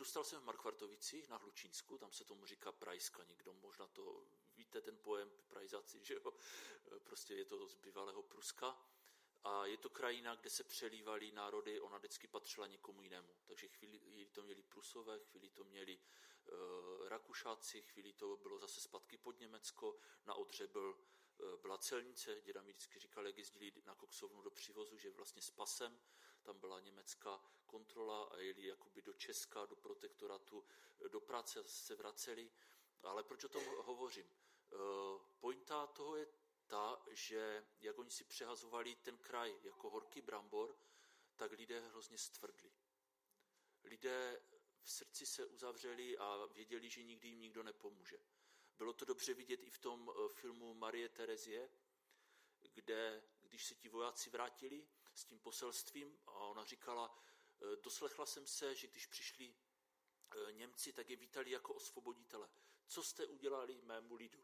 Vyrůstal jsem v Markvartovicích na Hlučínsku, tam se tomu říká Prajska, někdo možná to víte, ten pojem Prajzaci, že jo, prostě je to z bývalého Pruska. A je to krajina, kde se přelívaly národy, ona vždycky patřila někomu jinému. Takže chvíli to měli Prusové, chvíli to měli Rakušáci, chvíli to bylo zase zpátky pod Německo, na Odře byla celnice, děda mi vždycky říkal, jak jezdili na koksovnu do Přivozu, že vlastně s pasem, tam byla německá kontrola a jeli jakoby do Česka, do protektoratu, do práce se vraceli. Ale proč o tom hovořím? Pointa toho je ta, že jak oni si přehazovali ten kraj jako horký brambor, tak lidé hrozně stvrdli. Lidé v srdci se uzavřeli a věděli, že nikdy jim nikdo nepomůže. Bylo to dobře vidět i v tom filmu Marie Terezie, kde, když se ti vojáci vrátili s tím poselstvím a ona říkala, doslechla jsem se, že když přišli Němci, tak je vítali jako osvoboditele. Co jste udělali mému lidu?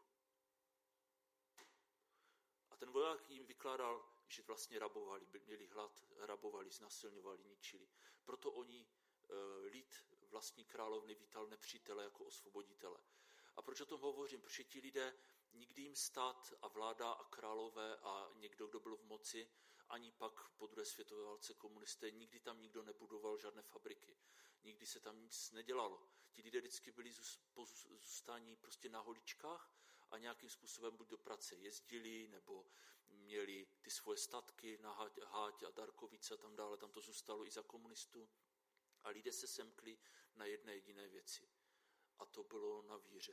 A ten voják jim vykládal, že vlastně rabovali, měli hlad, rabovali, znasilňovali, ničili. Proto oni lid vlastní královny vítal nepřítele jako osvoboditele. A proč o tom hovořím? Protože ti lidé, nikdy jim stát a vláda a králové a někdo, kdo byl v moci, ani pak po druhé světové válce komunisté, nikdy tam nikdo nebudoval žádné fabriky. Nikdy se tam nic nedělalo. Ti lidé vždycky byli zůstání prostě na holičkách a nějakým způsobem buď do práce jezdili, nebo měli ty svoje statky na Háť a Darkovice a tam dále, tam to zůstalo i za komunistů. A lidé se semkli na jedné jediné věci. A to bylo na víře.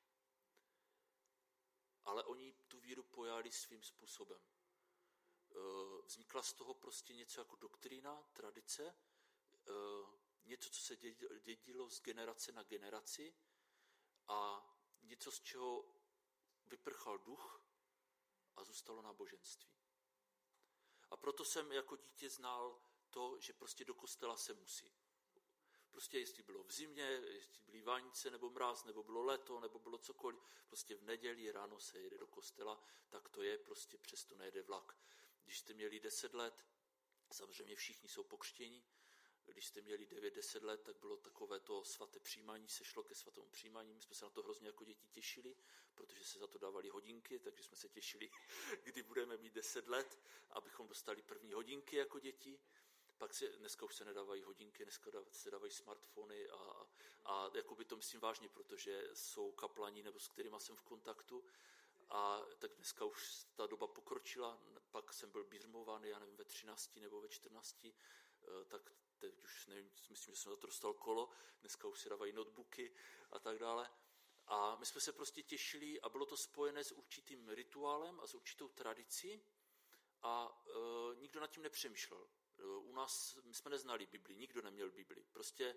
Ale oni tu víru pojali svým způsobem. Vznikla z toho prostě něco jako doktrína, tradice, něco, co se dědilo z generace na generaci a něco, z čeho vyprchal duch a zůstalo náboženství. A proto jsem jako dítě znal to, že prostě do kostela se musí. Prostě jestli bylo v zimě, jestli byly vánice, nebo mráz, nebo bylo léto, nebo bylo cokoliv, prostě v neděli ráno se jede do kostela, tak to je, prostě přesto nejede vlak. Když jste měli 10 let, samozřejmě všichni jsou pokřtění, když jste měli 9-10 let, tak bylo takové to svaté přijímání, se šlo ke svatému přijímání, my jsme se na to hrozně jako děti těšili, protože se za to dávali hodinky, takže jsme se těšili, kdy budeme mít 10 let, abychom dostali první hodinky jako děti. Pak dneska už se nedávají hodinky, dneska se dávají smartfony a jakoby to myslím vážně, protože jsou kaplani, nebo s kterýma jsem v kontaktu. A tak dneska už ta doba pokročila, pak jsem byl birmován, já nevím, ve 13 nebo ve 14, tak teď už nevím, myslím, že jsem za to dostal kolo, dneska už se dávají notebooky a tak dále. A my jsme se prostě těšili a bylo to spojené s určitým rituálem a s určitou tradicí a nikdo nad tím nepřemýšlel. U nás, my jsme neznali Bibli, nikdo neměl Bibli. Prostě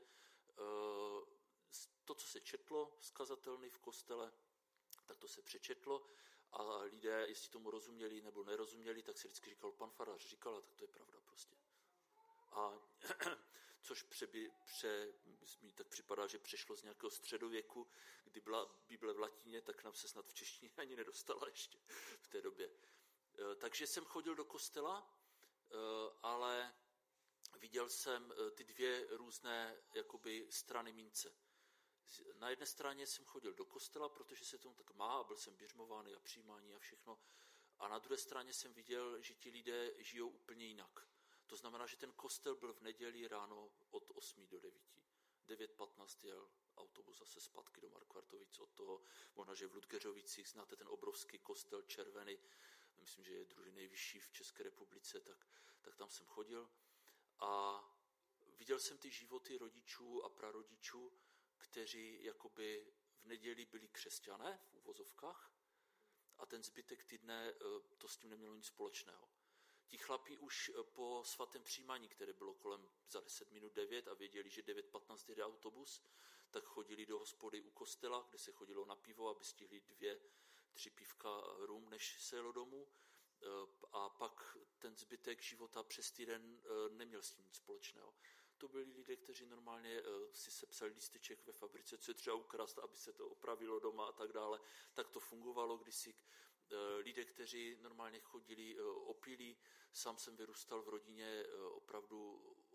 to, co se četlo, skazatelný v kostele, tak to se přečetlo a lidé, jestli tomu rozuměli nebo nerozuměli, tak se vždycky říkal, pan farář říkal, tak to je pravda prostě. A což tak připadá, že přešlo z nějakého středověku, kdy byla Bible v latině, tak nám se snad v češtině ani nedostala ještě v té době. Takže jsem chodil do kostela, ale viděl jsem ty dvě různé jakoby strany mince. Na jedné straně jsem chodil do kostela, protože se tomu tak má a byl jsem běžmován a přijímání a všechno. A na druhé straně jsem viděl, že ti lidé žijou úplně jinak. To znamená, že ten kostel byl v neděli ráno od 8 do 9. 9:15 jel autobus zase zpátky do Markvartovic od toho, možná, že v Ludgeřovicích znáte ten obrovský kostel červený, myslím, že je druhý nejvyšší v České republice, tak tam jsem chodil a viděl jsem ty životy rodičů a prarodičů, kteří jakoby v neděli byli křesťané v uvozovkách a ten zbytek týdne to s tím nemělo nic společného. Ti chlapí už po svatém přijímání, které bylo kolem za 10 minut 9 a věděli, že 9:15 jede autobus, tak chodili do hospody u kostela, kde se chodilo na pivo, aby stihli 2-3 pívka rum, než se jelo domů. A pak ten zbytek života přes týden neměl s tím nic společného. To byli lidé, kteří normálně si sepsali lísteček ve fabrice, co je třeba ukrást, aby se to opravilo doma a tak dále. Tak to fungovalo kdysi. Lidé, kteří normálně chodili opilí, sám jsem vyrůstal v rodině opravdu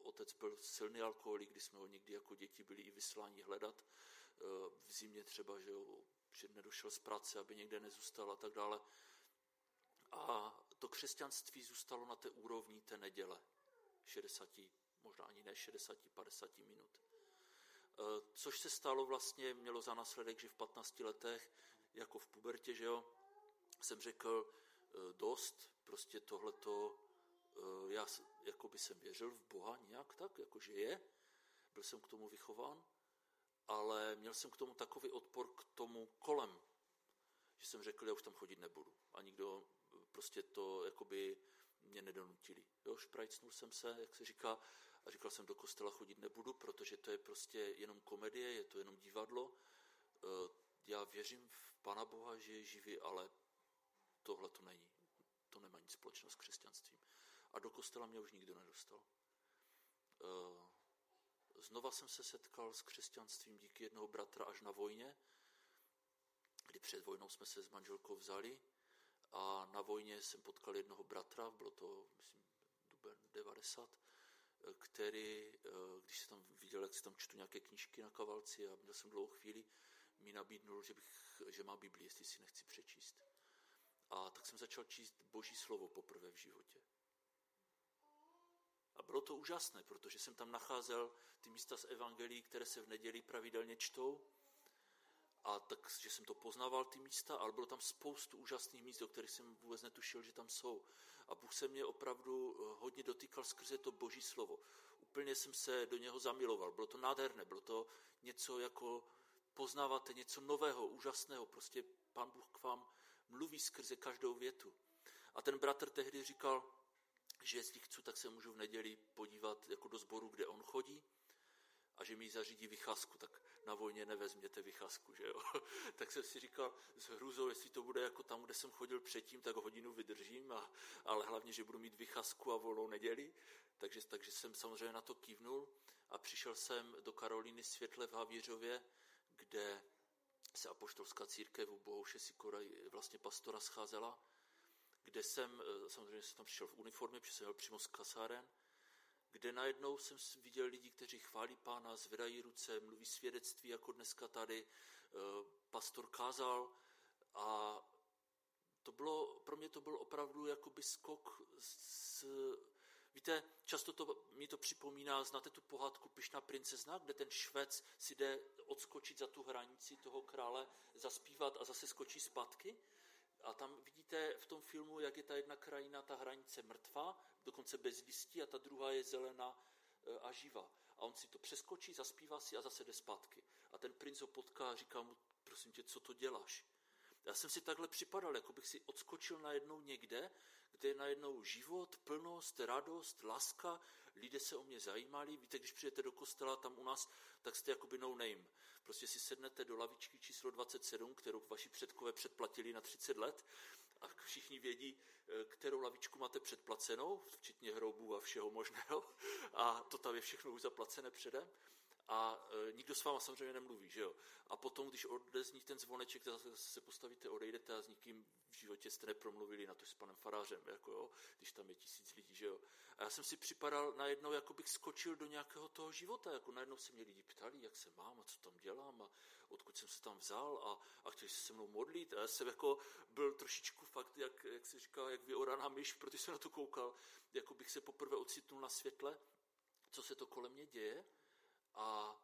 otec byl silný alkoholik, kdy jsme ho někdy jako děti byli i vysláni hledat. V zimě třeba, že nedošel z práce, aby někde nezůstal a tak dále. A to křesťanství zůstalo na té úrovni té neděle. 60, možná ani ne 60, 50 minut. Což se stalo vlastně, mělo za následek, že v 15 letech, jako v pubertě, jsem řekl dost, prostě tohleto, já jakoby jsem věřil v Boha nějak tak, jakože je, byl jsem k tomu vychován, ale měl jsem k tomu takový odpor k tomu kolem, že jsem řekl, já už tam chodit nebudu. A nikdo prostě to jakoby mě nedonutili. Šprajcnul jsem se, jak se říká, a říkal jsem, do kostela chodit nebudu, protože to je prostě jenom komedie, je to jenom divadlo. Já věřím v Pana Boha, že je živý, ale tohle to není. To nemá nic společného s křesťanstvím. A do kostela mě už nikdo nedostal. Znova jsem se setkal s křesťanstvím díky jednoho bratra až na vojně, kdy před vojnou jsme se s manželkou vzali a na vojně jsem potkal jednoho bratra, bylo to, myslím, duben 90, který, když jsem tam viděl, jak si tam čtu nějaké knížky na kavalci a měl jsem dlouhou chvíli, mi nabídnul, že má Bibli, jestli si nechci přečíst. A tak jsem začal číst Boží slovo poprvé v životě. A bylo to úžasné, protože jsem tam nacházel ty místa z evangelií, které se v neděli pravidelně čtou. A takže jsem to poznával, ty místa, ale bylo tam spoustu úžasných míst, o kterých jsem vůbec netušil, že tam jsou. A Bůh se mě opravdu hodně dotýkal skrze to Boží slovo. Úplně jsem se do něho zamiloval. Bylo to nádherné, bylo to něco jako poznáváte, něco nového, úžasného. Prostě Pán Bůh k vám mluví skrze každou větu. A ten bratr tehdy říkal, že jestli chci, tak se můžu v neděli podívat jako do sboru, kde on chodí, a že mi zařídí vycházku, tak na vojně nevezměte vycházku, že jo. Tak jsem si říkal s hrůzou, jestli to bude jako tam, kde jsem chodil předtím, tak hodinu vydržím, ale hlavně, že budu mít vycházku a volnou neděli. Takže jsem samozřejmě na to kývnul a přišel jsem do Karolíny Světle v Havířově, kde se apoštolská církev u Bohouše Sikora vlastně pastora scházela, kde jsem, samozřejmě jsem tam přišel v uniformě, protože jsem jel přímo z kasáren, kde najednou jsem viděl lidi, kteří chválí Pána, zvedají ruce, mluví svědectví, jako dneska tady, pastor kázal a pro mě to byl opravdu jakoby skok víte, často mi to připomíná, znáte tu pohádku Pyšná princezna, kde ten Švec si jde odskočit za tu hranici toho krále, zaspívat a zase skočí zpátky. A tam vidíte v tom filmu, jak je ta jedna krajina, ta hranice mrtvá, dokonce bez listí, a ta druhá je zelená a živá. A on si to přeskočí, zaspívá si a zase jde zpátky. A ten princ ho potká a říká mu, prosím tě, co to děláš? Já jsem si takhle připadal, jako bych si odskočil najednou někde, kde je najednou život, plnost, radost, láska, lidé se o mě zajímali. Víte, když přijdete do kostela tam u nás, tak jste jakoby no name. Prostě si sednete do lavičky číslo 27, kterou vaši předkové předplatili na 30 let a všichni vědí, kterou lavičku máte předplacenou, včetně hroubů a všeho možného. A to tam je všechno už zaplacené předem. A nikdo s váma samozřejmě nemluví, že jo. A potom, když odezní ten zvoneček, tak se postavíte, odejdete a s nikým v životě jste nepromluvili, na to s panem farářem, jako jo, když tam je 1000 lidí, že jo. A já jsem si připadal najednou, jako bych skočil do nějakého toho života, jako najednou se mě lidi ptali, jak se mám a co tam dělám a odkud jsem se tam vzal a chtěli se mnou modlit. A já jsem jako byl trošičku fakt, jak se říká, jak vyoraná myš, protože jsem na to koukal, jako bych se poprvé ocitnul na světle, co se to kolem mě děje. A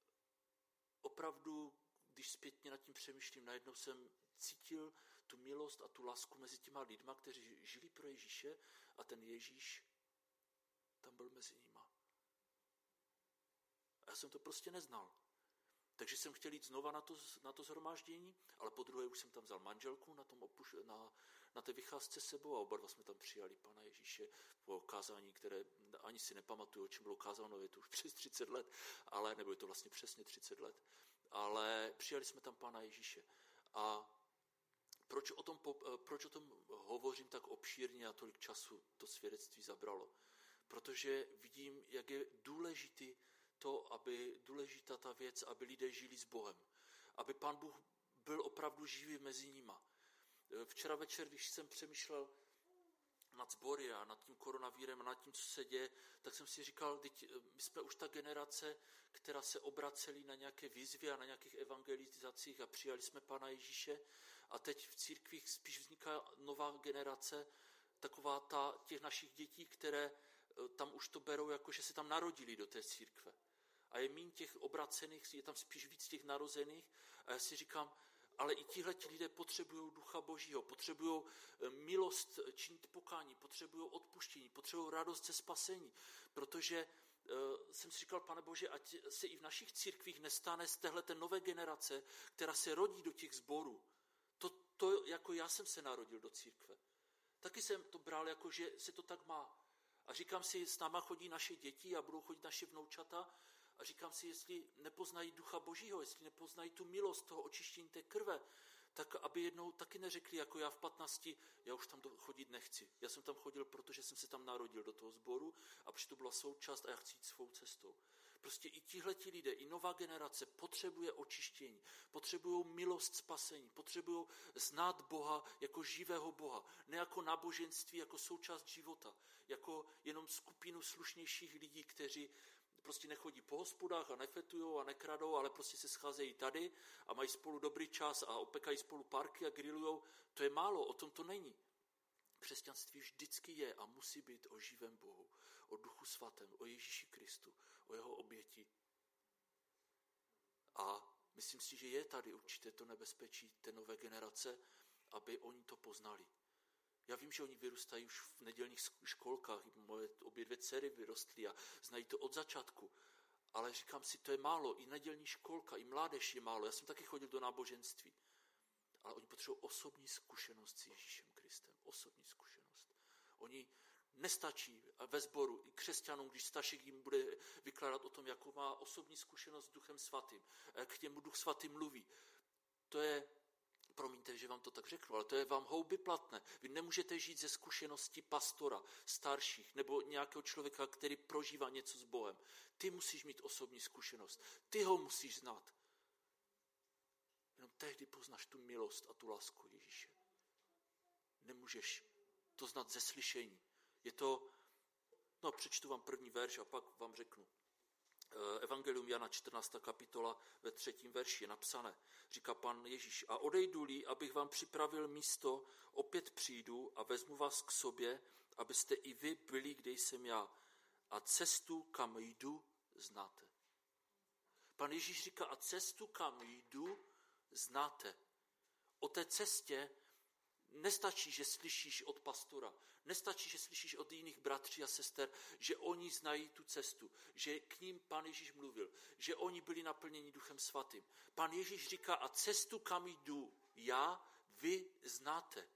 opravdu, když zpětně nad tím přemýšlím, najednou jsem cítil tu milost a tu lásku mezi těma lidma, kteří žili pro Ježíše a ten Ježíš tam byl mezi nima. A já jsem to prostě neznal. Takže jsem chtěl jít znova na to shromáždění, ale po druhé už jsem tam vzal manželku na té vycházce sebou a oba dva jsme tam přijali Pana Ježíše po kázání, které ani si nepamatuju, o čem bylo kázáno, je to už přes 30 let, ale nebo je to vlastně přesně 30 let, ale přijali jsme tam Pana Ježíše. A proč o tom hovořím tak obšírně a tolik času to svědectví zabralo? Protože vidím, jak je důležitá ta věc, aby lidé žili s Bohem. Aby Pán Bůh byl opravdu živý mezi nima. Včera večer, když jsem přemýšlel nad sbory a nad tím koronavírem a nad tím, co se děje, tak jsem si říkal, my jsme už ta generace, která se obraceli na nějaké výzvy a na nějakých evangelizacích a přijali jsme Pána Ježíše a teď v církvích spíš vzniká nová generace, taková těch našich dětí, které tam už to berou jako, že se tam narodili do té církve. A je míň těch obracených, je tam spíš víc těch narozených a já si říkám, ale i tihleti lidé potřebují Ducha Božího, potřebují milost činit pokání, potřebují odpuštění, potřebují radost ze spasení, protože jsem si říkal, Pane Bože, ať se i v našich církvích nestane z téhleté nové generace, která se rodí do těch sborů. To jako já jsem se narodil do církve. Taky jsem to bral jako, že se to tak má. A říkám si, s náma chodí naše děti a budou chodit naše vnoučata a říkám si, jestli nepoznají Ducha Božího, jestli nepoznají tu milost toho očištění té krve, tak aby jednou taky neřekli, jako já v 15, já už tam chodit nechci. Já jsem tam chodil, protože jsem se tam narodil do toho sboru a protože to byla součást a já chci jít svou cestou. Prostě i tihleti lidé, i nová generace potřebuje očištění, potřebují milost spasení, potřebují znát Boha jako živého Boha, ne jako náboženství, jako součást života, jako jenom skupinu slušnějších lidí, kteří prostě nechodí po hospodách a nefetujou a nekradou, ale prostě se scházejí tady a mají spolu dobrý čas a opekají spolu parky a grillujou. To je málo, o tom to není. Křesťanství vždycky je a musí být o živém Bohu, o Duchu Svatém, o Ježíši Kristu, o jeho oběti. A myslím si, že je tady určité to nebezpečí té nové generace, aby oni to poznali. Já vím, že oni vyrůstají už v nedělních školkách, moje obě 2 dcery vyrostly a znají to od začátku. Ale říkám si, to je málo, i nedělní školka, i mládež je málo. Já jsem taky chodil do náboženství. Ale oni potřebují osobní zkušenost s Ježíšem Kristem. Osobní zkušenost. Oni nestačí ve sboru i křesťanům, když Stašek jim bude vykládat o tom, jakou má osobní zkušenost s Duchem Svatým, jak k němu Duch Svatý mluví. To je, promiňte, že vám to tak řeknu, ale to je vám houby platné. Vy nemůžete žít ze zkušenosti pastora, starších nebo nějakého člověka, který prožívá něco s Bohem. Ty musíš mít osobní zkušenost. Ty ho musíš znát. Jenom tehdy poznáš tu milost a tu lásku Ježíše. Nemůžeš to znát ze slyšení. Je to, přečtu vám první verš a pak vám řeknu. Evangelium Jana 14. kapitola ve 3. verši je napsané. Říká Pan Ježíš, a odejdu-li, abych vám připravil místo, opět přijdu a vezmu vás k sobě, abyste i vy byli, kde jsem já. A cestu, kam jdu, znáte. Pan Ježíš říká, a cestu, kam jdu, znáte. O té cestě nestačí, že slyšíš od pastora, nestačí, že slyšíš od jiných bratří a sester, že oni znají tu cestu, že k ním Pan Ježíš mluvil, že oni byli naplněni Duchem Svatým. Pan Ježíš říká, a cestu, kam jdu já, vy znáte.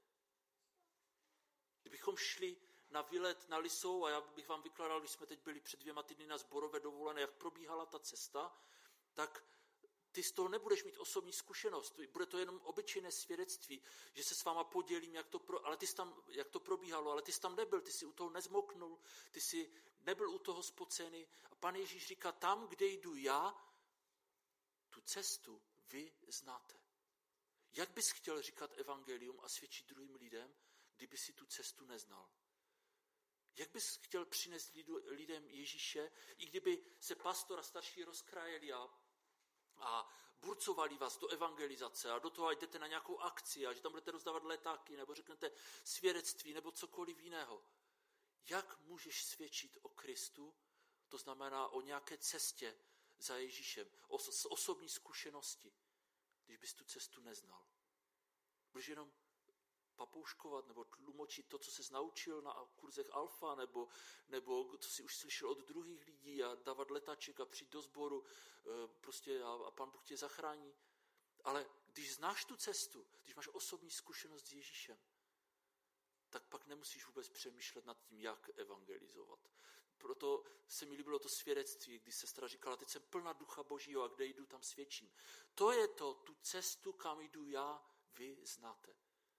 Kdybychom šli na výlet na Lisou, a já bych vám vykládal, když jsme teď byli před 2 týdny na sborové dovolené, jak probíhala ta cesta, tak ty z toho nebudeš mít osobní zkušenost, bude to jenom obyčejné svědectví, že se s váma podělím, jak to probíhalo, ale ty jsi tam nebyl, ty jsi u toho nezmoknul, ty jsi nebyl u toho spocený. A Pan Ježíš říká, tam, kde jdu já, tu cestu vy znáte. Jak bys chtěl říkat evangelium a svědčit druhým lidem, kdyby si tu cestu neznal? Jak bys chtěl přinést lidem Ježíše, i kdyby se pastor a starší rozkrájeli a burcovali vás do evangelizace a do toho, ať jdete na nějakou akci a že tam budete rozdávat letáky nebo řeknete svědectví nebo cokoliv jiného. Jak můžeš svědčit o Kristu, to znamená o nějaké cestě za Ježíšem, o osobní zkušenosti, když bys tu cestu neznal? Budeš jenom papouškovat nebo tlumočit to, co jsi naučil na kurzech alfa, nebo co jsi už slyšel od druhých lidí a dávat letaček a přijít do sboru prostě a Pán Bůh tě zachrání. Ale když znáš tu cestu, když máš osobní zkušenost s Ježíšem, tak pak nemusíš vůbec přemýšlet nad tím, jak evangelizovat. Proto se mi líbilo to svědectví, kdy sestra říkala, teď jsem plná Ducha Božího a kde jdu, tam svědčím. To je to, tu cestu, kam jdu já, vy znáte.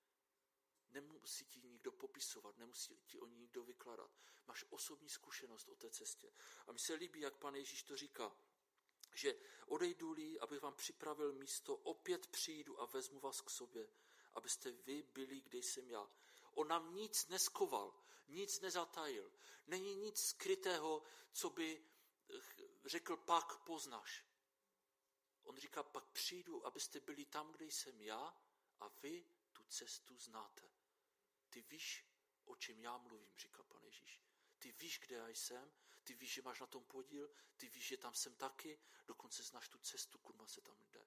Nemusí ti nikdo popisovat, nemusí ti o ní nikdo vykládat. Máš osobní zkušenost o té cestě. A mi se líbí, jak Pan Ježíš to říká, že odejdu-li, abych vám připravil místo, opět přijdu a vezmu vás k sobě, abyste vy byli, kde jsem já. On nám nic neskoval, nic nezatajil. Není nic skrytého, co by řekl, pak poznáš. On říká, pak přijdu, abyste byli tam, kde jsem já a vy tu cestu znáte. Ty víš, o čem já mluvím, říká Pane Ježíš. Ty víš, kde já jsem, ty víš, že máš na tom podíl, ty víš, že tam jsem taky, dokonce znáš tu cestu, kudy se tam jde.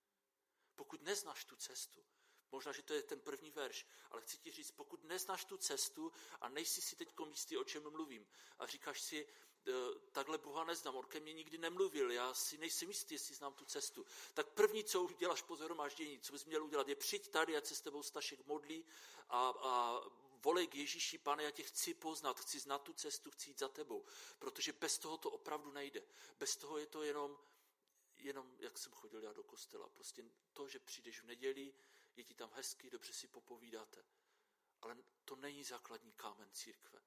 Pokud neznáš tu cestu, možná, že to je ten první verš, ale chci ti říct, pokud neznáš tu cestu a nejsi si teď jistý, o čem mluvím a říkáš si, takhle Boha neznám, on ke mně nikdy nemluvil, já si nejsem jistý, jestli znám tu cestu, tak první, co uděláš po shromáždění, co bys měl udělat, je přijď tady, ať se s tebou Stašek modlí a volej k Ježíši, Pane, já tě chci poznat, chci znát tu cestu, chci jít za tebou, protože bez toho to opravdu nejde. Bez toho je to jenom jak jsem chodil já do kostela. Prostě to, že přijdeš v neděli, je ti tam hezky, dobře si popovídáte. Ale to není základní kámen církve.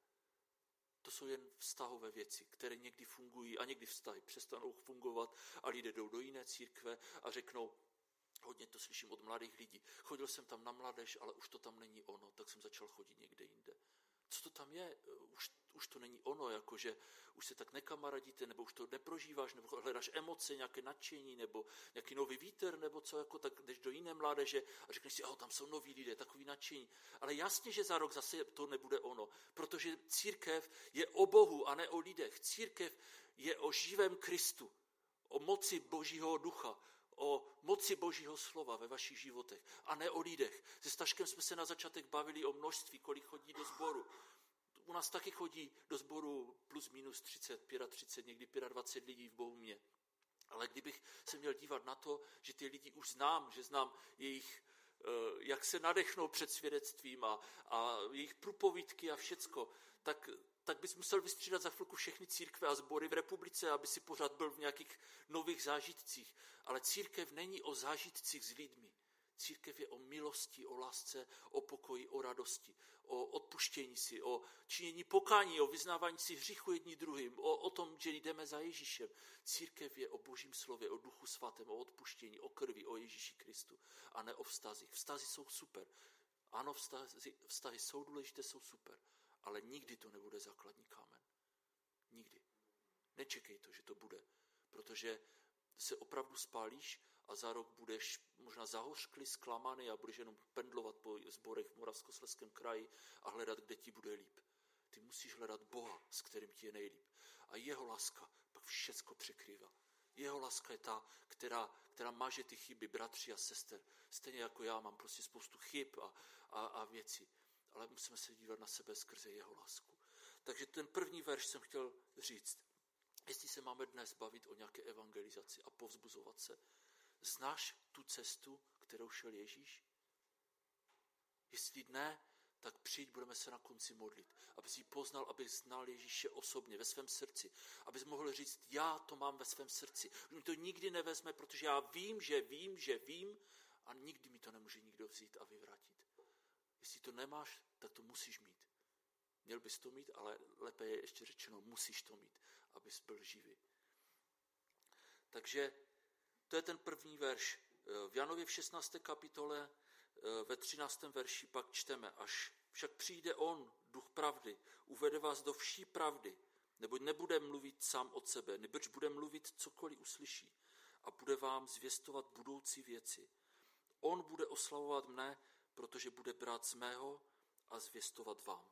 To jsou jen vztahové věci, které někdy fungují a někdy vztahy přestanou fungovat a lidé jdou do jiné církve a řeknou, hodně to slyším od mladých lidí, chodil jsem tam na mládež, ale už to tam není ono, tak jsem začal chodit někde jinde. Co to tam je? Už to není ono, jakože už se tak nekamarádíte, nebo už to neprožíváš, nebo hledáš emoce, nějaké nadšení, nebo nějaký nový vítr, nebo co, jako tak jdeš do jiné mládeže a řekneš si, tam jsou noví lidé, takový nadšení. Ale jasně, že za rok zase to nebude ono, protože církev je o Bohu a ne o lidech. Církev je o živém Kristu, o moci Božího ducha, o moci Božího slova ve vašich životech a ne o lidech. Se Staškem jsme se na začátek bavili o množství, kolik chodí do sboru. U nás taky chodí do sboru plus minus 30, 35, někdy 25 lidí v Bohumě. Ale kdybych se měl dívat na to, že ty lidi už znám, že znám jejich, jak se nadechnou před svědectvím a jejich průpovídky a všecko, tak bys musel vystřídat za chvilku všechny církve a sbory v republice, aby si pořád byl v nějakých nových zážitcích. Ale církev není o zážitcích s lidmi. Církev je o milosti, o lásce, o pokoji, o radosti, o odpuštění si, o činění pokání, o vyznávání si hříchu jedni druhým, o tom, že jdeme za Ježíšem. Církev je o Božím slově, o Duchu Svatém, o odpuštění, o krvi, o Ježíši Kristu a ne o vztazích. Vztazy jsou super. Ano, vztahy jsou důležité, jsou super. Ale nikdy to nebude základní kámen. Nikdy. Nečekej to, že to bude. Protože se opravdu spálíš a za rok budeš možná zahořklý, zklamaný a budeš jenom pendlovat po sborech v Moravskoslezském kraji a hledat, kde ti bude líp. Ty musíš hledat Boha, s kterým ti je nejlíp. A jeho láska pak všecko překrývá. Jeho láska je ta, která maže ty chyby bratři a sester. Stejně jako já mám prostě spoustu chyb a věcí. Ale musíme se dívat na sebe skrze jeho lásku. Takže ten první verš jsem chtěl říct. Jestli se máme dnes bavit o nějaké evangelizaci a povzbuzovat se, znáš tu cestu, kterou šel Ježíš? Jestli ne, tak přijď, budeme se na konci modlit. Abys ji poznal, abys znal Ježíše osobně, ve svém srdci. Abys mohl říct, já to mám ve svém srdci. Mi to nikdy nevezme, protože já vím a nikdy mi to nemůže nikdo vzít a vyvrátit. Jestli to nemáš, tak to musíš mít. Měl bys to mít, ale lépe je ještě řečeno, musíš to mít, abys byl živý. Takže to je ten první verš. V Janově v 16. kapitole ve 13. verši pak čteme, až však přijde on, duch pravdy, uvede vás do vší pravdy, neboť nebude mluvit sám od sebe, neboť bude mluvit cokoliv uslyší a bude vám zvěstovat budoucí věci. On bude oslavovat mne, protože bude brát z mého a zvěstovat vám.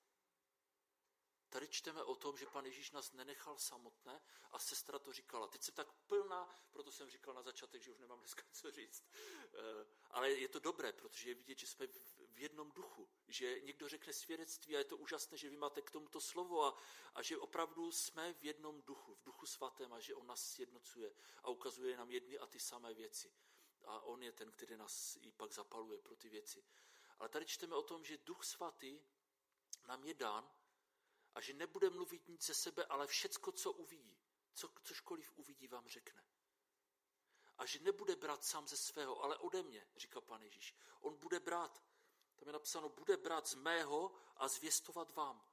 Tady čteme o tom, že Pan Ježíš nás nenechal samotné a sestra to říkala. Teď jsem tak plná, proto jsem říkal na začátek, že už nemám dneska co říct. Ale je to dobré, protože je vidět, že jsme v jednom duchu. Že někdo řekne svědectví a je to úžasné, že vy máte k tomuto slovo a že opravdu jsme v jednom duchu, v duchu svatém a že on nás sjednocuje a ukazuje nám jedny a ty samé věci. A on je ten, který nás i pak zapaluje pro ty věci. Ale tady čteme o tom, že Duch Svatý nám je dán a že nebude mluvit nic ze sebe, ale všecko, co uvidí, cožkoliv uvidí, vám řekne. A že nebude brát sám ze svého, ale ode mě, říká Pan Ježíš. On bude brát, tam je napsáno, bude brát z mého a zvěstovat vám.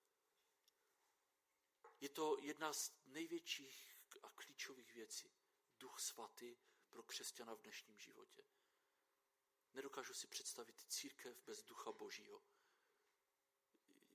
Je to jedna z největších a klíčových věcí. Duch Svatý pro křesťana v dnešním životě. Nedokážu si představit církev bez Ducha Božího.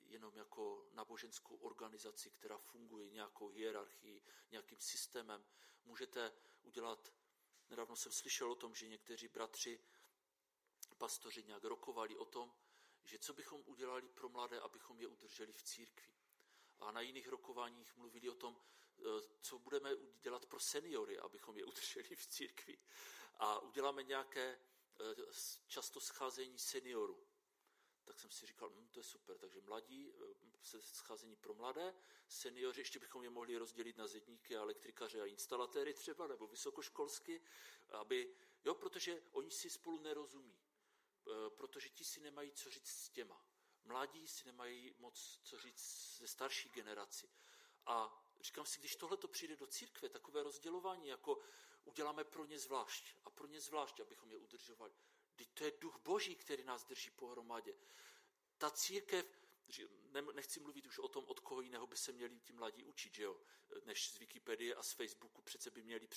jenom jako náboženskou organizaci, která funguje nějakou hierarchii, nějakým systémem. Můžete udělat, nedávno jsem slyšel o tom, že někteří bratři, pastoři nějak rokovali o tom, že co bychom udělali pro mladé, abychom je udrželi v církvi. A na jiných rokováních mluvili o tom, co budeme dělat pro seniory, abychom je udrželi v církvi. A uděláme nějaké často scházení seniorů. Tak jsem si říkal, to je super, takže mladí, scházení pro mladé, seniori, ještě bychom je mohli rozdělit na zedníky, elektrikaře a instalatéry třeba, nebo vysokoškolsky, protože oni si spolu nerozumí, protože ti si nemají co říct s těma. Mladí si nemají moc co říct ze starší generaci. A říkám si, když tohle to přijde do církve, takové rozdělování, jako uděláme pro ně zvlášť, abychom je udržovali. To je duch Boží, který nás drží pohromadě. Ta církev, nechci mluvit už o tom, od koho jiného by se měli ti mladí učit, že jo? Než z Wikipedie a z Facebooku přece by měli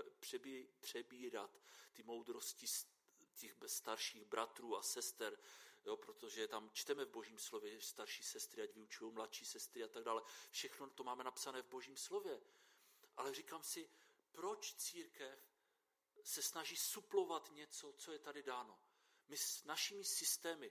přebírat ty moudrosti těch starších bratrů a sester, jo? Protože tam čteme v Božím slově starší sestry, ať vyučují mladší sestry a tak dále. Všechno to máme napsané v Božím slově. Ale říkám si, proč církev se snaží suplovat něco, co je tady dáno. My s našimi systémy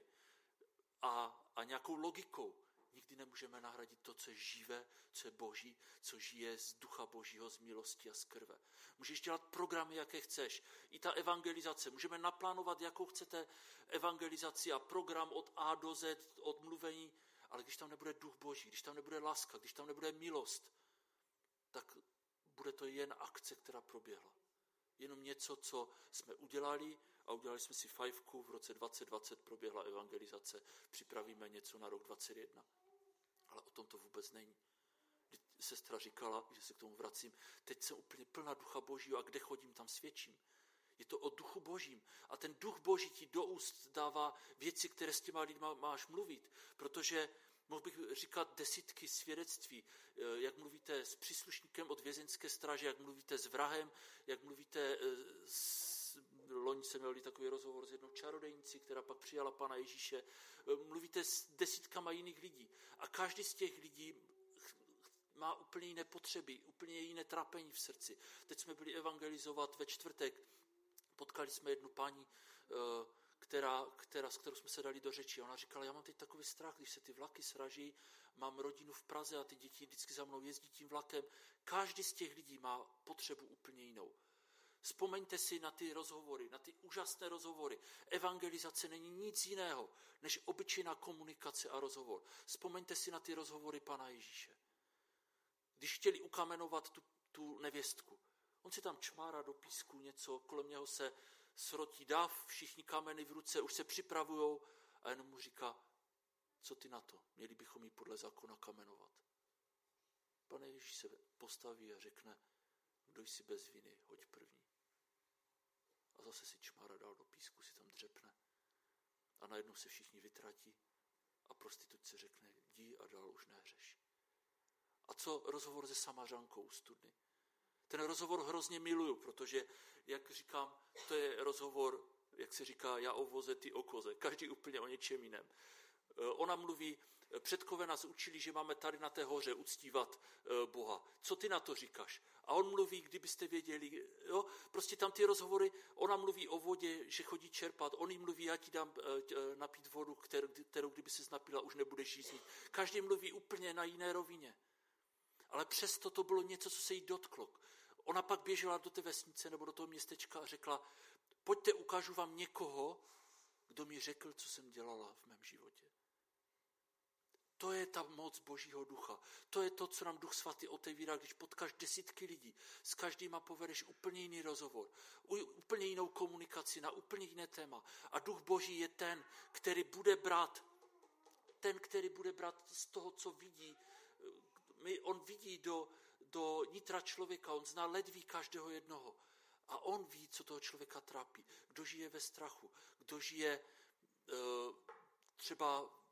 a nějakou logikou nikdy nemůžeme nahradit to, co je živé, co je Boží, co žije z ducha Božího, z milosti a z krve. Můžeš dělat programy, jaké chceš. I ta evangelizace. Můžeme naplánovat, jakou chcete evangelizaci a program od A do Z, od mluvení, ale když tam nebude duch Boží, když tam nebude láska, když tam nebude milost, tak bude to jen akce, která proběhla. Jenom něco, co jsme udělali a udělali jsme si 5, v roce 2020 proběhla evangelizace, připravíme něco na rok 2021. Ale o tom to vůbec není. Sestra říkala, že se k tomu vracím, teď jsem úplně plná ducha Božího a kde chodím, tam svědčím. Je to o duchu Božím. A ten duch Boží ti do úst dává věci, které s těma lidma máš mluvit, protože mohl bych říkat desítky svědectví, jak mluvíte s příslušníkem od vězeňské stráže, jak mluvíte s vrahem, jak mluvíte loni jsem měl takový rozhovor s jednou čarodejnicí, která pak přijala Pana Ježíše. Mluvíte s desítkama jiných lidí a každý z těch lidí má úplně jiné potřeby, úplně jiné trápení v srdci. Teď jsme byli evangelizovat ve čtvrtek, potkali jsme jednu paní, s kterou jsme se dali do řeči. A ona říkala, já mám teď takový strach, když se ty vlaky sraží, mám rodinu v Praze a ty děti vždycky za mnou jezdí tím vlakem. Každý z těch lidí má potřebu úplně jinou. Vzpomeňte si na ty rozhovory, na ty úžasné rozhovory. Evangelizace není nic jiného, než obyčejná komunikace a rozhovor. Vzpomeňte si na ty rozhovory Pana Ježíše. Když chtěli ukamenovat tu nevěstku, on si tam čmárá do písku něco, kolem něho se srotí dáv, všichni kameny v ruce, už se připravujou a jenom mu říká, co ty na to? Měli bychom ji podle zákona kamenovat. Pane Ježíš se postaví a řekne, kdo jsi bez viny, hoď první. A zase si čmára dál do písku, si tam dřepne. A najednou se všichni vytratí a prostitutce řekne, jdi a dál už nehřeš. A co rozhovor se Samařankou u studny? Ten rozhovor hrozně miluju, protože, jak říkám, to je rozhovor, jak se říká, já o voze, ty o koze. Každý úplně o něčem jiném. Ona mluví, předkové nás učili, že máme tady na té hoře uctívat Boha. Co ty na to říkáš? A on mluví, kdybyste věděli, jo, prostě tam ty rozhovory, ona mluví o vodě, že chodí čerpat, on jí mluví, já ti dám napít vodu, kterou kdyby ses napila, už nebudeš žíznit. Každý mluví úplně na jiné rovině. Ale přesto to bylo něco, co se jí dotklo. Ona pak běžela do té vesnice nebo do toho městečka a řekla, pojďte, ukážu vám někoho, kdo mi řekl, co jsem dělala v mém životě. To je ta moc Božího ducha. To je to, co nám Duch Svatý otevírá, když potkáš desítky lidí. S každýma povedeš úplně jiný rozhovor, úplně jinou komunikaci na úplně jiné téma. A Duch Boží je ten, který bude brát z toho, co vidí. On vidí do nitra člověka, on zná ledví každého jednoho. A on ví, co toho člověka trápí. Kdo žije ve strachu, kdo žije třeba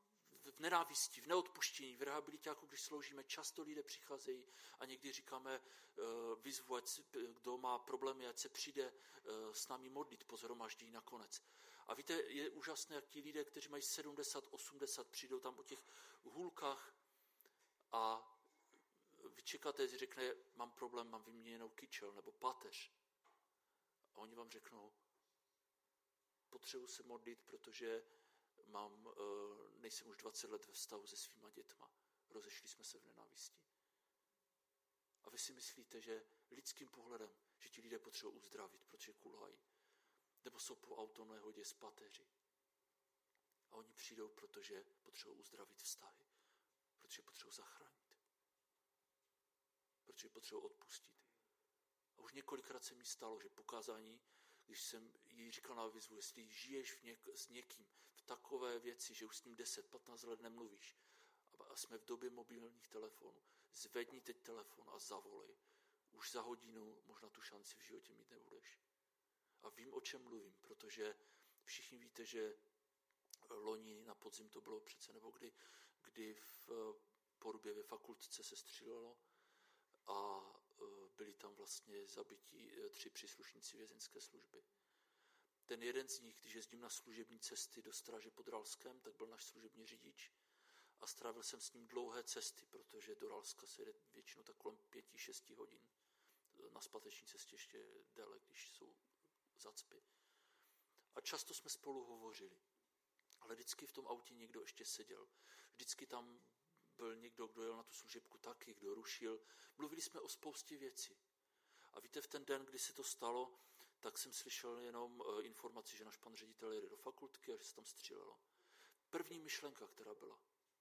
v nenávisti, v neodpuštění, v rehabilitáku, když sloužíme, často lidé přicházejí a někdy říkáme výzvu, kdo má problémy, ať se přijde s námi modlit po shromaždění nakonec. A víte, je úžasné, jak ti lidé, kteří mají 70, 80, přijdou tam o těch hůlkách a vy čekáte, že řekne, mám problém, mám vyměněnou kyčel nebo páteř. A oni vám řeknou, potřebuji se modlit, protože nejsem už 20 let ve vztahu se svýma dětma. Rozešli jsme se v nenávisti. A vy si myslíte, že lidským pohledem, že ti lidé potřebují uzdravit, protože kulhají. Nebo jsou po autonehodě z pateři. A oni přijdou, protože potřebují uzdravit vztahy. Protože potřebují zachránit. Protože potřebují odpustit. A už několikrát se mi stalo, že pokázání, když jsem jí říkal na výzvu, jestli žiješ s někým v takové věci, že už s ním 10-15 let nemluvíš a jsme v době mobilních telefonů, zvedni teď telefon a zavolej. Už za hodinu možná tu šanci v životě mít nebudeš. A vím, o čem mluvím, protože všichni víte, že loni na podzim to bylo přece, nebo kdy v Porubě ve fakultce se střílelo a byli tam vlastně zabiti 3 příslušníci vězeňské služby. Ten jeden z nich, když jezdím na služební cesty do Stráže pod Ralskem, tak byl náš služební řidič a strávil jsem s ním dlouhé cesty, protože do Ralska se jde většinou tak kolem 5-6 hodin. Na zpáteční cestě ještě déle, když jsou zacpy. A často jsme spolu hovořili. Ale vždycky v tom autě někdo ještě seděl. Vždycky tam byl někdo, kdo jel na tu služebku taky, kdo rušil. Mluvili jsme o spoustě věcí. A víte, v ten den, kdy se to stalo, tak jsem slyšel jenom informaci, že náš pan ředitel jede do fakultky a že se tam střílelo. První myšlenka, která byla,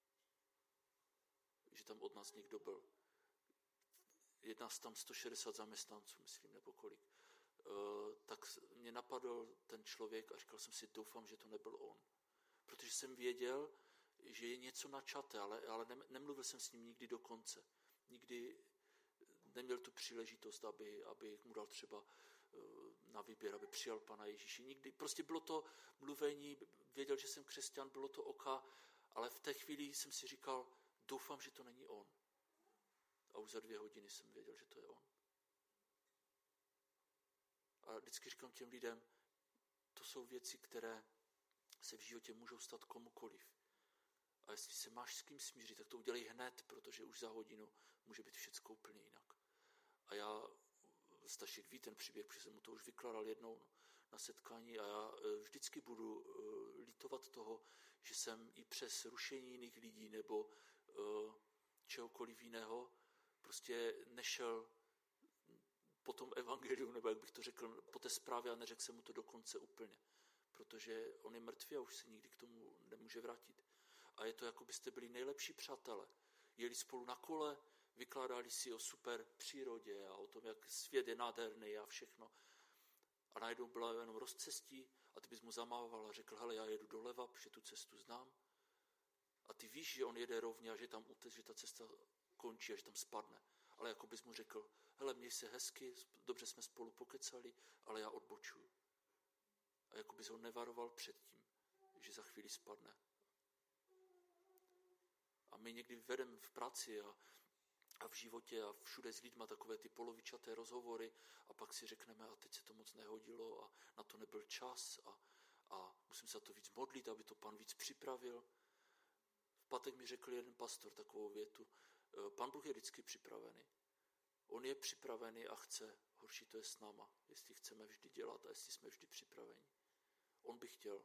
že tam od nás někdo byl. Jedná se tam 160 zaměstnanců, myslím, nebo kolik. Tak mě napadl ten člověk a říkal jsem si, doufám, že to nebyl on. Protože jsem věděl, že je něco načaté, ale nemluvil jsem s ním nikdy do konce. Nikdy neměl tu příležitost, aby mu dal třeba na výběr, aby přijal Pana Ježíše. Nikdy. Prostě bylo to mluvení, věděl, že jsem křesťan, bylo to oka, ale v té chvíli jsem si říkal, doufám, že to není on. A už za 2 hodiny jsem věděl, že to je on. A vždycky říkám těm lidem, to jsou věci, které se v životě můžou stát komukoliv. A jestli se máš s kým smířit, tak to udělej hned, protože už za hodinu může být všecko úplně jinak. A já, Stašek ví ten příběh, protože jsem mu to už vykládal jednou na setkání a já vždycky budu litovat toho, že jsem i přes rušení jiných lidí nebo čehokoliv jiného prostě nešel po tom evangeliu, nebo jak bych to řekl, po té zprávě a neřekl jsem mu to dokonce úplně. Protože on je mrtvý a už se nikdy k tomu nemůže vrátit. A je to, jako byste byli nejlepší přátelé. Jeli spolu na kole, vykládali si o super přírodě a o tom, jak svět je nádherný a všechno. A najednou byla jenom rozcestí a ty bys mu zamával a řekl, hele, já jedu doleva, protože tu cestu znám. A ty víš, že on jede rovně a že tam že ta cesta končí a že tam spadne. Ale jako bys mu řekl, hele, měj se hezky, dobře jsme spolu pokecali, ale já odbočuju. A jako bys ho nevaroval před tím, že za chvíli spadne. A my někdy vedeme v práci a v životě a všude s lidma takové ty polovičaté rozhovory a pak si řekneme, a teď se to moc nehodilo a na to nebyl čas a musím se za to víc modlit, aby to Pan víc připravil. V pátek mi řekl jeden pastor takovou větu, Pan Bůh je vždycky připravený. On je připravený a chce, horší to je s náma, jestli chceme vždy dělat a jestli jsme vždy připraveni. On by chtěl.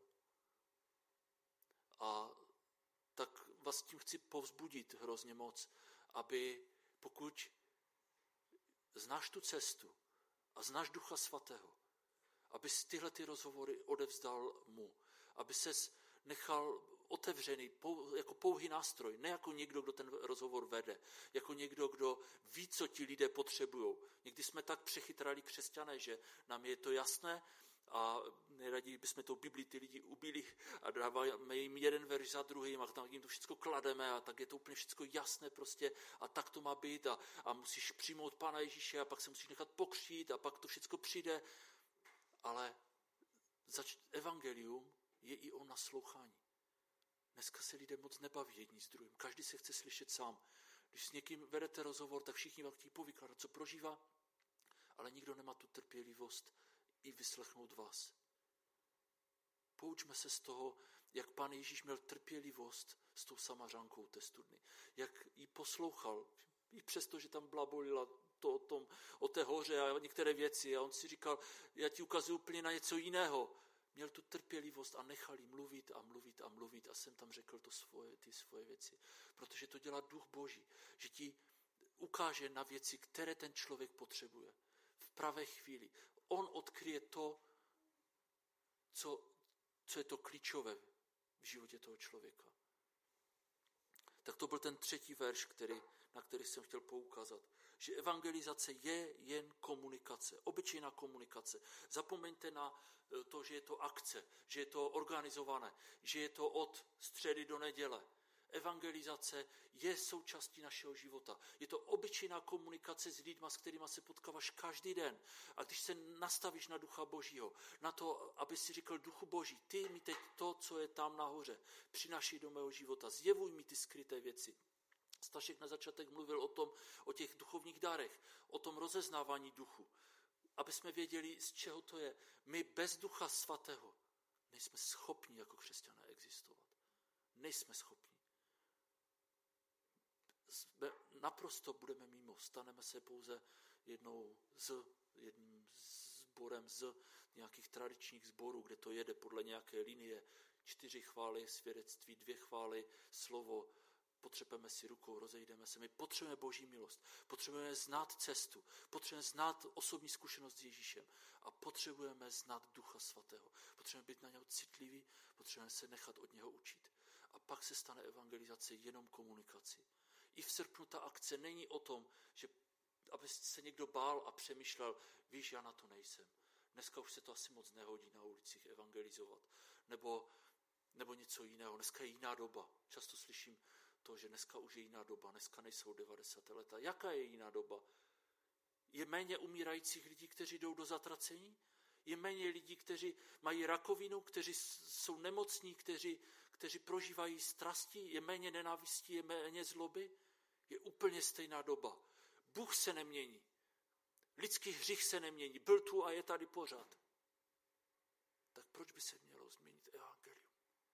A tak vás tím chci povzbudit hrozně moc, aby pokud znáš tu cestu a znáš Ducha Svatého, aby si tyhle ty rozhovory odevzdal mu, aby ses nechal otevřený jako pouhý nástroj, ne jako někdo, kdo ten rozhovor vede, jako někdo, kdo ví, co ti lidé potřebují. Někdy jsme tak přechytrali křesťané, že nám je to jasné a nejraději bychom tou Biblii ty lidi ubili a dáváme jim jeden verš za druhým a tam jim to všechno klademe a tak je to úplně všechno jasné prostě a tak to má být a musíš přijmout Pána Ježíše a pak se musíš nechat pokřtít a pak to všechno přijde. Ale evangelium je i o naslouchání. Dneska se lidé moc nebaví jedni s druhým. Každý se chce slyšet sám. Když s někým vedete rozhovor, tak všichni vám chtějí povykládat, co prožívá, ale nikdo nemá tu trpělivost i vyslechnout vás. Poučme se z toho, jak Pán Ježíš měl trpělivost s tou Samařankou té studny. Jak ji poslouchal, i přesto, že tam blabolila o té hoře a některé věci. A on si říkal, já ti ukazuju úplně na něco jiného. Měl tu trpělivost a nechal jí mluvit a mluvit a mluvit a jsem tam řekl ty svoje věci. Protože to dělá Duch Boží, že ti ukáže na věci, které ten člověk potřebuje. V pravé chvíli. On odkryje to, co je to klíčové v životě toho člověka. Tak to byl ten 3. verš, na který jsem chtěl poukázat. Že evangelizace je jen komunikace, obyčejná komunikace. Zapomeňte na to, že je to akce, že je to organizované, že je to od středy do neděle. Evangelizace je součástí našeho života. Je to obyčejná komunikace s lidmi, s kterými se potkáváš každý den. A když se nastavíš na Ducha Božího, na to, aby si říkal Duchu Boží, ty mi teď to, co je tam nahoře, přinášej do mého života, zjevuj mi ty skryté věci. Stašek na začátek mluvil o těch duchovních darech, o tom rozeznávání duchu, aby jsme věděli, z čeho to je. My bez Ducha Svatého nejsme schopni jako křesťané existovat. Nejsme schopni. Naprosto budeme mimo. Staneme se pouze jedním sborem z nějakých tradičních sborů, kde to jede podle nějaké linie. 4 chvály, svědectví, 2 chvály, slovo. Potřebujeme si rukou, rozejdeme se. My potřebujeme Boží milost. Potřebujeme znát cestu. Potřebujeme znát osobní zkušenost s Ježíšem. A potřebujeme znát Ducha Svatého. Potřebujeme být na něho citliví. Potřebujeme se nechat od něho učit. A pak se stane evangelizace jenom komunikací. I v srpnu ta akce není o tom, že aby se někdo bál a přemýšlel, víš, já na to nejsem. Dneska už se to asi moc nehodí na ulicích evangelizovat. Nebo něco jiného. Dneska je jiná doba. Často slyším to, že dneska už je jiná doba. Dneska nejsou 90. leta. Jaká je jiná doba? Je méně umírajících lidí, kteří jdou do zatracení? Je méně lidí, kteří mají rakovinu, kteří jsou nemocní, kteří prožívají strasti? Je méně nenávistí, je méně zloby? Je úplně stejná doba. Bůh se nemění. Lidský hřích se nemění. Byl tu a je tady pořád. Tak proč by se mělo změnit evangelium?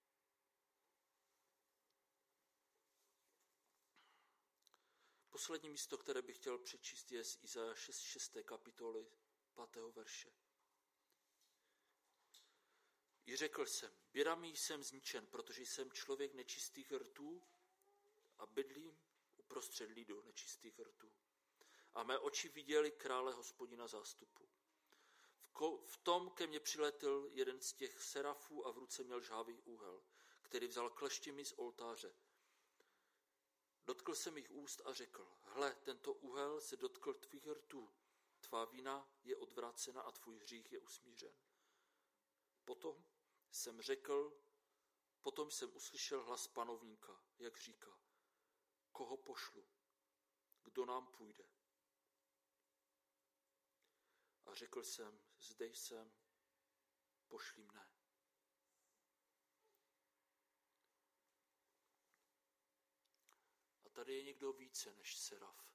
Poslední místo, které bych chtěl přečíst, je z Izajáše 6. kapitoly 5. verše. I řekl jsem, běda mi jsem zničen, protože jsem člověk nečistých rtů a bydlím uprostřed lidu nečistých rtů. A mé oči viděli krále Hospodina zástupu. V tom ke mně přiletěl jeden z těch serafů a v ruce měl žhavý úhel, který vzal kleštěmi z oltáře. Dotkl jsem jich úst a řekl, hle, tento úhel se dotkl tvých rtů, tvá vina je odvrácena a tvůj hřích je usmířen. Potom jsem uslyšel hlas panovníka, jak říká, koho pošlu, kdo nám půjde. A řekl jsem, zde jsem, pošli mne. A tady je někdo více než seraf.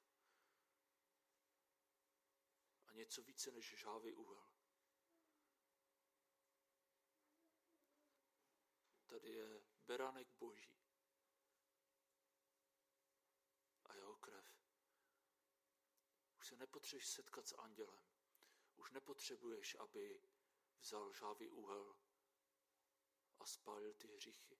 A něco více než žhavý úhel. Tady je beránek Boží a jeho krev. Už se nepotřebuješ setkat s andělem. Už nepotřebuješ, aby vzal žhavý úhel a spálil ty hříchy.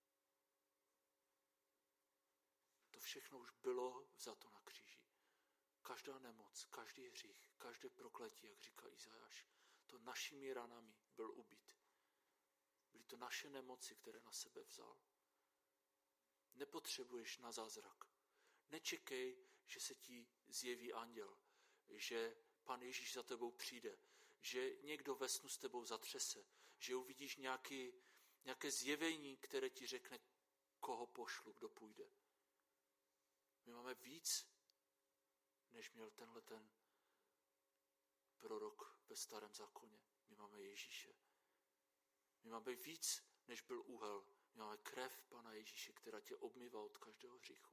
To všechno už bylo vzato na kříži. Každá nemoc, každý hřích, každé prokletí, jak říká Izajáš, to našimi ranami byl ubit. Byly to naše nemoci, které na sebe vzal. Nepotřebuješ na zázrak. Nečekej, že se ti zjeví anděl, že Pan Ježíš za tebou přijde, že někdo ve snu s tebou zatřese, že uvidíš nějaké zjevení, které ti řekne, koho pošlu, kdo půjde. My máme víc, než měl ten prorok ve Starém zákoně. My máme Ježíše. My máme víc, než byl úhel máme krev Pana Ježíše, která tě obmývá od každého hříchu.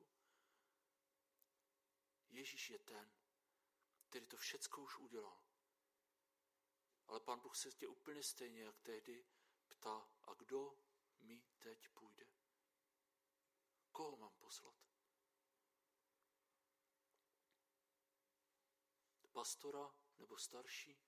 Ježíš je ten, který to všecko už udělal. Ale Pán Bůh se tě úplně stejně, jak tehdy ptá, a kdo mi teď půjde? Koho mám poslat? Pastora nebo starší?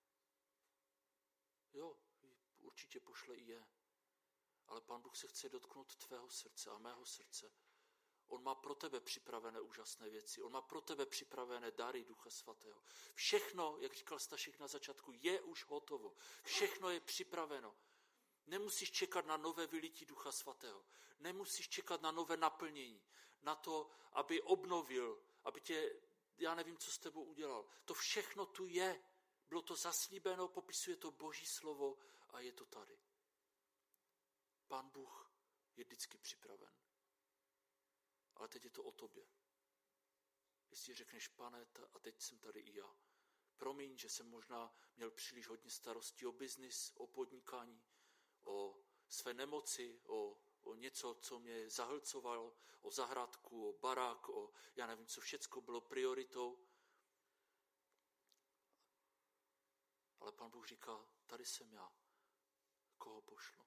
Jo, určitě pošle i je. Ale Pán Bůh se chce dotknout tvého srdce a mého srdce. On má pro tebe připravené úžasné věci. On má pro tebe připravené dary Ducha Svatého. Všechno, jak říkal Stašek na začátku, je už hotovo. Všechno je připraveno. Nemusíš čekat na nové vylití Ducha Svatého. Nemusíš čekat na nové naplnění. Na to, aby obnovil, aby tě, já nevím, co s tebou udělal. To všechno tu je. Bylo to zaslíbeno, popisuje to Boží slovo a je to tady. Pán Bůh je vždycky připraven. Ale teď je to o tobě. Jestli řekneš, Pane, a teď jsem tady i já. Promiň, že jsem možná měl příliš hodně starostí o biznis, o podnikání, o své nemoci, o něco, co mě zahlcovalo, o zahrádku, o barák, o já nevím, co všecko bylo prioritou. Ale Pán Bůh říká, tady jsem já, koho pošlu.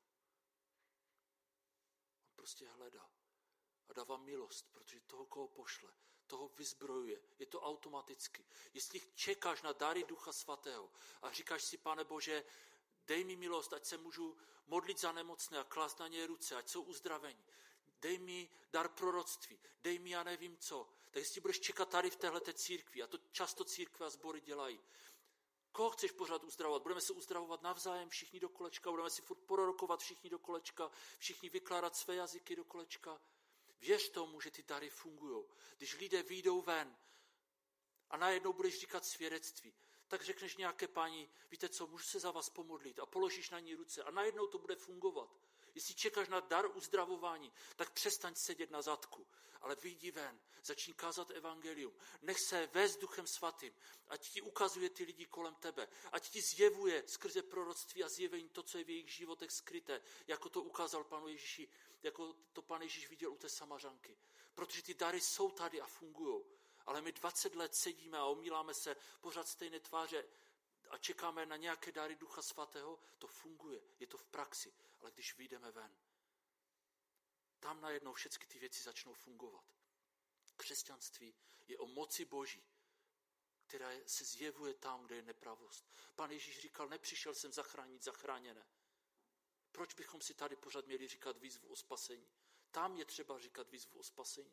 On prostě hledá a dává milost, protože toho, koho pošle, toho vyzbrojuje. Je to automaticky. Jestli čekáš na dary Ducha Svatého a říkáš si, Pane Bože, dej mi milost, ať se můžu modlit za nemocné a klást na ně ruce, ať jsou uzdraveni. Dej mi dar proroctví, dej mi já nevím co. Tak jestli budeš čekat tady v téhleté církvi, a to často církve a sbory dělají, koho chceš pořád uzdravovat? Budeme se uzdravovat navzájem všichni do kolečka, budeme si furt prorokovat všichni do kolečka, všichni vykládat své jazyky do kolečka. Věř tomu, že ty dary fungují. Když lidé vyjdou ven a najednou budeš říkat svědectví, tak řekneš nějaké paní, víte co, můžu se za vás pomodlit a položíš na ní ruce a najednou to bude fungovat. Jestli čekáš na dar uzdravování, tak přestaň sedět na zadku, ale vyjdi ven, začni kázat evangelium, nech se vést Duchem Svatým, ať ti ukazuje ty lidi kolem tebe, ať ti zjevuje skrze proroctví a zjevení to, co je v jejich životech skryté, jako to ukázal Panu Ježíši, jako to Pán Ježíš viděl u té Samařanky. Protože ty dary jsou tady a fungují, ale my 20 let sedíme a omíláme se pořád stejné tváře a čekáme na nějaké dary Ducha Svatého, to funguje, je to v praxi. Ale když vyjdeme ven, tam najednou všechny ty věci začnou fungovat. Křesťanství je o moci Boží, která se zjevuje tam, kde je nepravost. Pan Ježíš říkal, nepřišel jsem zachránit zachráněné. Proč bychom si tady pořád měli říkat výzvu o spasení? Tam je třeba říkat výzvu o spasení.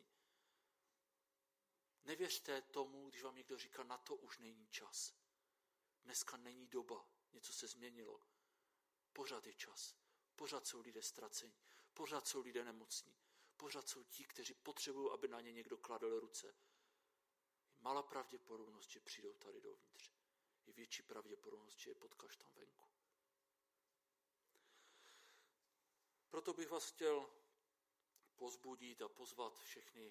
Nevěřte tomu, když vám někdo říká, na to už není čas. Dneska není doba, něco se změnilo. Pořád je čas. Pořád jsou lidé ztraceni. Pořád jsou lidé nemocní. Pořád jsou ti, kteří potřebují, aby na ně někdo kladl ruce. Je malá pravděpodobnost, že přijdou tady dovnitř. Je větší pravděpodobnost, že je potkáš tam venku. Proto bych vás chtěl pozbudit a pozvat všechny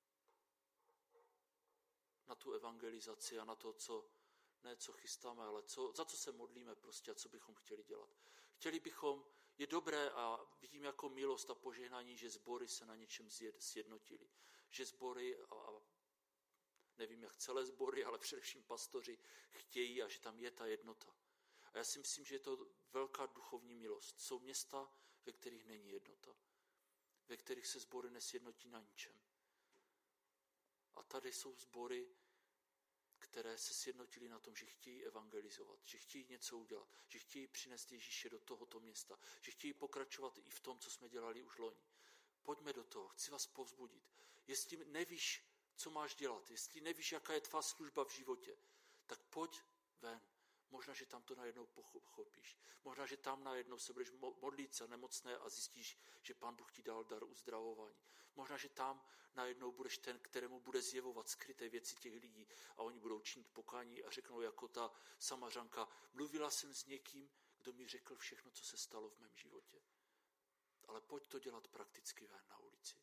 na tu evangelizaci a na to, co chystáme, ale za co se modlíme prostě a co bychom chtěli dělat. Chtěli bychom, je dobré a vidím jako milost a požehnání, že sbory se na něčem sjednotili. Že sbory, a nevím jak celé sbory, ale především pastoři chtějí a že tam je ta jednota. A já si myslím, že je to velká duchovní milost. Jsou města, ve kterých není jednota. Ve kterých se sbory nesjednotí na ničem. A tady jsou sbory, které se sjednotili na tom, že chtějí evangelizovat, že chtějí něco udělat, že chtějí přinést Ježíše do tohoto města, že chtějí pokračovat i v tom, co jsme dělali už loni. Pojďme do toho, chci vás povzbudit. Jestli nevíš, co máš dělat, jestli nevíš, jaká je tvá služba v životě, tak pojď ven. Možná, že tam to najednou pochopíš. Možná, že tam najednou se budeš modlit za nemocné a zjistíš, že Pán Bůh ti dal dar uzdravování. Možná, že tam najednou budeš ten, kterému bude zjevovat skryté věci těch lidí a oni budou činit pokání a řeknou jako ta Samařanka, mluvila jsem s někým, kdo mi řekl všechno, co se stalo v mém životě. Ale pojď to dělat prakticky ven na ulici.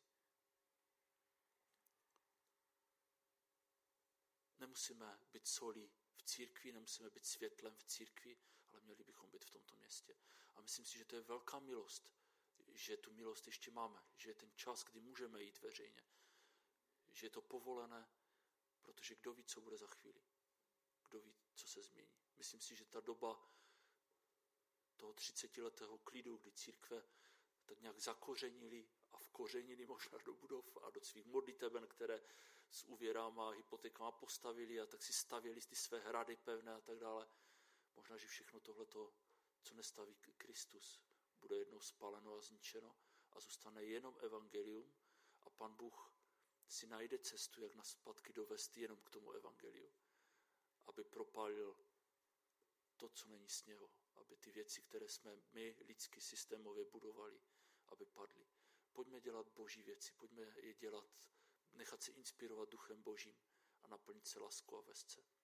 Nemusíme být solí v církvi, nemusíme být světlem v církvi, ale měli bychom být v tomto městě. A myslím si, že to je velká milost, že tu milost ještě máme, že je ten čas, kdy můžeme jít veřejně, že je to povolené, protože kdo ví, co bude za chvíli. Kdo ví, co se změní. Myslím si, že ta doba toho 30letého klidu, kdy církve tak nějak zakořenili a vkořenili možná do budov a do svých modliteben, které s úvěrama a hypotékama postavili a tak si stavěli ty své hrady pevné a tak dále. Možná, že všechno tohleto, co nestaví Kristus, bude jednou spaleno a zničeno a zůstane jenom evangelium a Pan Bůh si najde cestu, jak nás zpátky dovést jenom k tomu evangeliu, aby propálil to, co není z něho, aby ty věci, které jsme my lidsky systémově budovali, aby padly. Pojďme dělat boží věci, pojďme je dělat, nechat se inspirovat duchem božím a naplnit se láskou a vesce.